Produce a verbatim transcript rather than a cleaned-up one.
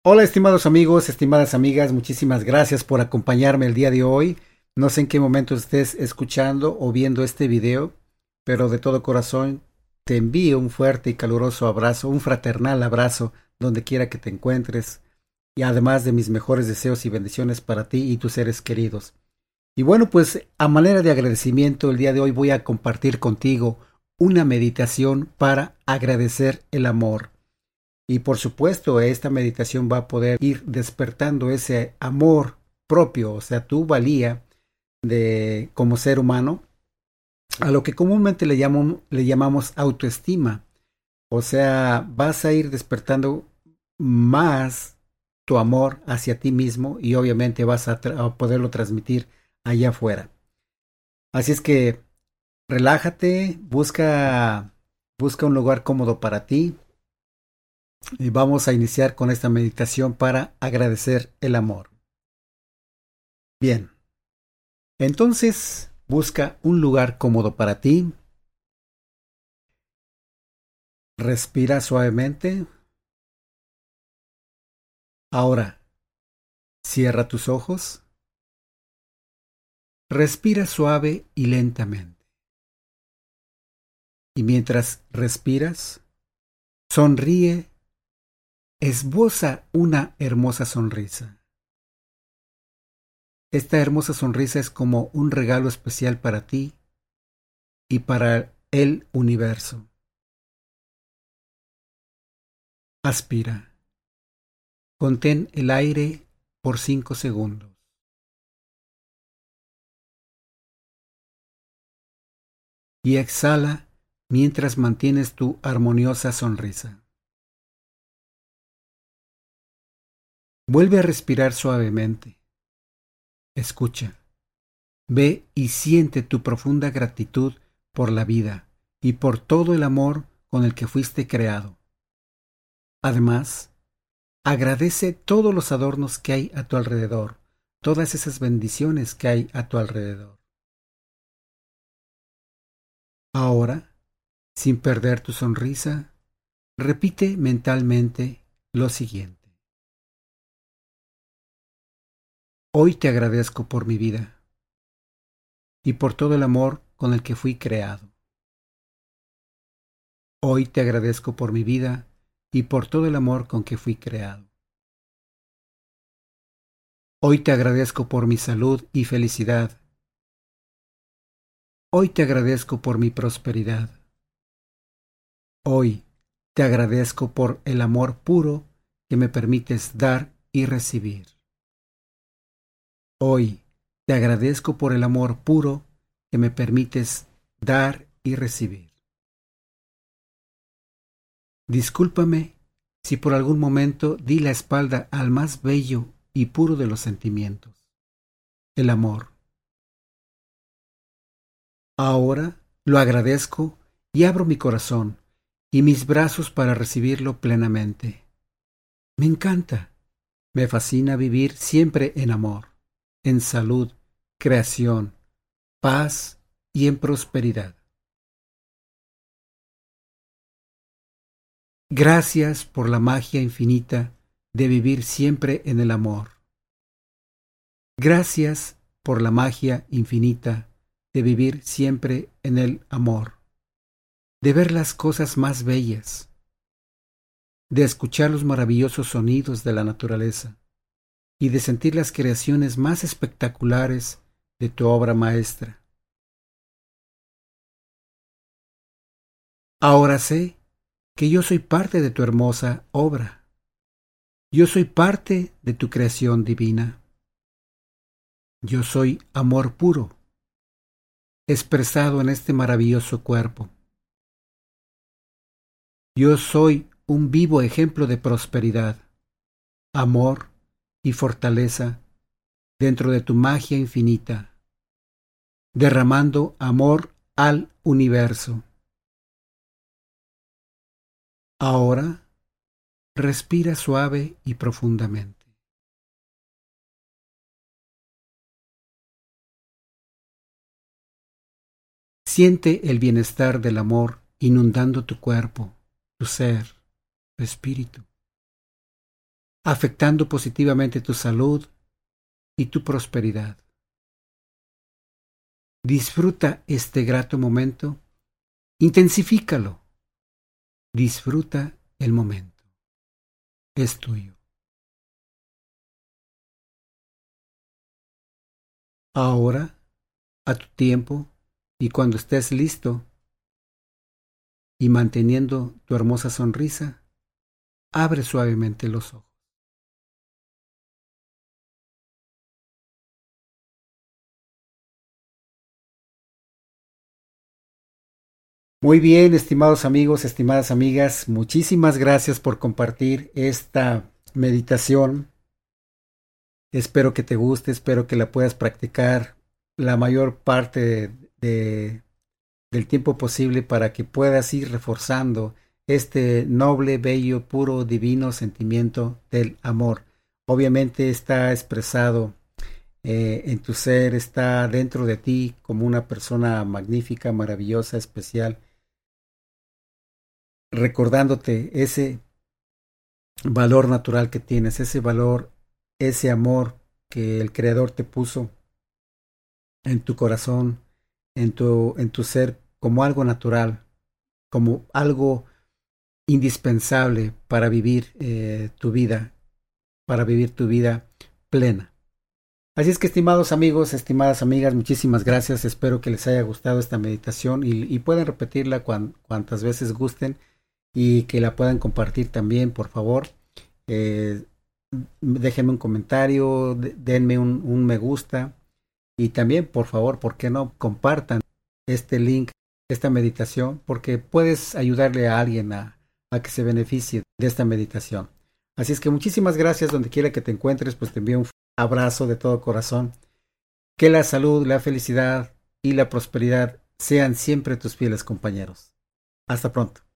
Hola, estimados amigos, estimadas amigas, muchísimas gracias por acompañarme el día de hoy. No sé en qué momento estés escuchando o viendo este video, pero de todo corazón te envío un fuerte y caluroso abrazo, un fraternal abrazo donde quiera que te encuentres, y además de mis mejores deseos y bendiciones para ti y tus seres queridos. Y bueno, pues a manera de agradecimiento, el día de hoy voy a compartir contigo una meditación para agradecer el amor. Y por supuesto, esta meditación va a poder ir despertando ese amor propio, o sea, tu valía de como ser humano, a lo que comúnmente le llamamos, le llamamos autoestima. O sea, vas a ir despertando más tu amor hacia ti mismo y obviamente vas a, tra- a poderlo transmitir allá afuera. Así es que relájate, busca, busca un lugar cómodo para ti. Y vamos a iniciar con esta meditación para agradecer el amor. Bien, entonces busca un lugar cómodo para ti, respira suavemente. Ahora, cierra tus ojos, respira suave y lentamente. Y mientras respiras, sonríe, esboza una hermosa sonrisa. Esta hermosa sonrisa es como un regalo especial para ti y para el universo. Aspira. Contén el aire por cinco segundos y exhala mientras mantienes tu armoniosa sonrisa. Vuelve a respirar suavemente. Escucha, ve y siente tu profunda gratitud por la vida y por todo el amor con el que fuiste creado. Además, agradece todos los adornos que hay a tu alrededor, todas esas bendiciones que hay a tu alrededor. Ahora, sin perder tu sonrisa, repite mentalmente lo siguiente. Hoy te agradezco por mi vida y por todo el amor con el que fui creado. Hoy te agradezco por mi vida y por todo el amor con que fui creado. Hoy te agradezco por mi salud y felicidad. Hoy te agradezco por mi prosperidad. Hoy te agradezco por el amor puro que me permites dar y recibir. Hoy te agradezco por el amor puro que me permites dar y recibir. Discúlpame si por algún momento di la espalda al más bello y puro de los sentimientos, el amor. Ahora lo agradezco y abro mi corazón y mis brazos para recibirlo plenamente. Me encanta, me fascina vivir siempre en amor, en salud, creación, paz y en prosperidad. Gracias por la magia infinita de vivir siempre en el amor. Gracias por la magia infinita de vivir siempre en el amor, de ver las cosas más bellas, de escuchar los maravillosos sonidos de la naturaleza y de sentir las creaciones más espectaculares de tu obra maestra. Ahora sé que yo soy parte de tu hermosa obra. Yo soy parte de tu creación divina. Yo soy amor puro, expresado en este maravilloso cuerpo. Yo soy un vivo ejemplo de prosperidad, amor y fortaleza dentro de tu magia infinita, derramando amor al universo. Ahora respira suave y profundamente. Siente el bienestar del amor inundando tu cuerpo, tu ser, tu espíritu. afectando positivamente tu salud y tu prosperidad. Disfruta este grato momento, intensifícalo. Disfruta el momento. Es tuyo. Ahora, a tu tiempo y cuando estés listo y manteniendo tu hermosa sonrisa, abre suavemente los ojos. Muy bien, estimados amigos, estimadas amigas, muchísimas gracias por compartir esta meditación. Espero que te guste, espero que la puedas practicar la mayor parte de, de, del tiempo posible para que puedas ir reforzando este noble, bello, puro, divino sentimiento del amor. Obviamente está expresado eh, en tu ser, está dentro de ti como una persona magnífica, maravillosa, especial, recordándote ese valor natural que tienes, ese valor, ese amor que el Creador te puso en tu corazón, en tu, en tu ser, como algo natural, como algo indispensable para vivir eh, tu vida, para vivir tu vida plena. Así es que, estimados amigos, estimadas amigas, muchísimas gracias. Espero que les haya gustado esta meditación y, y puedan repetirla cuan, cuantas veces gusten y que la puedan compartir también, por favor. Eh, déjenme un comentario, denme un, un me gusta y también, por favor, ¿por qué no compartan este link, esta meditación? Porque puedes ayudarle a alguien a, a que se beneficie de esta meditación. Así es que muchísimas gracias donde quiera que te encuentres, pues te envío un abrazo de todo corazón. Que la salud, la felicidad y la prosperidad sean siempre tus fieles compañeros. Hasta pronto.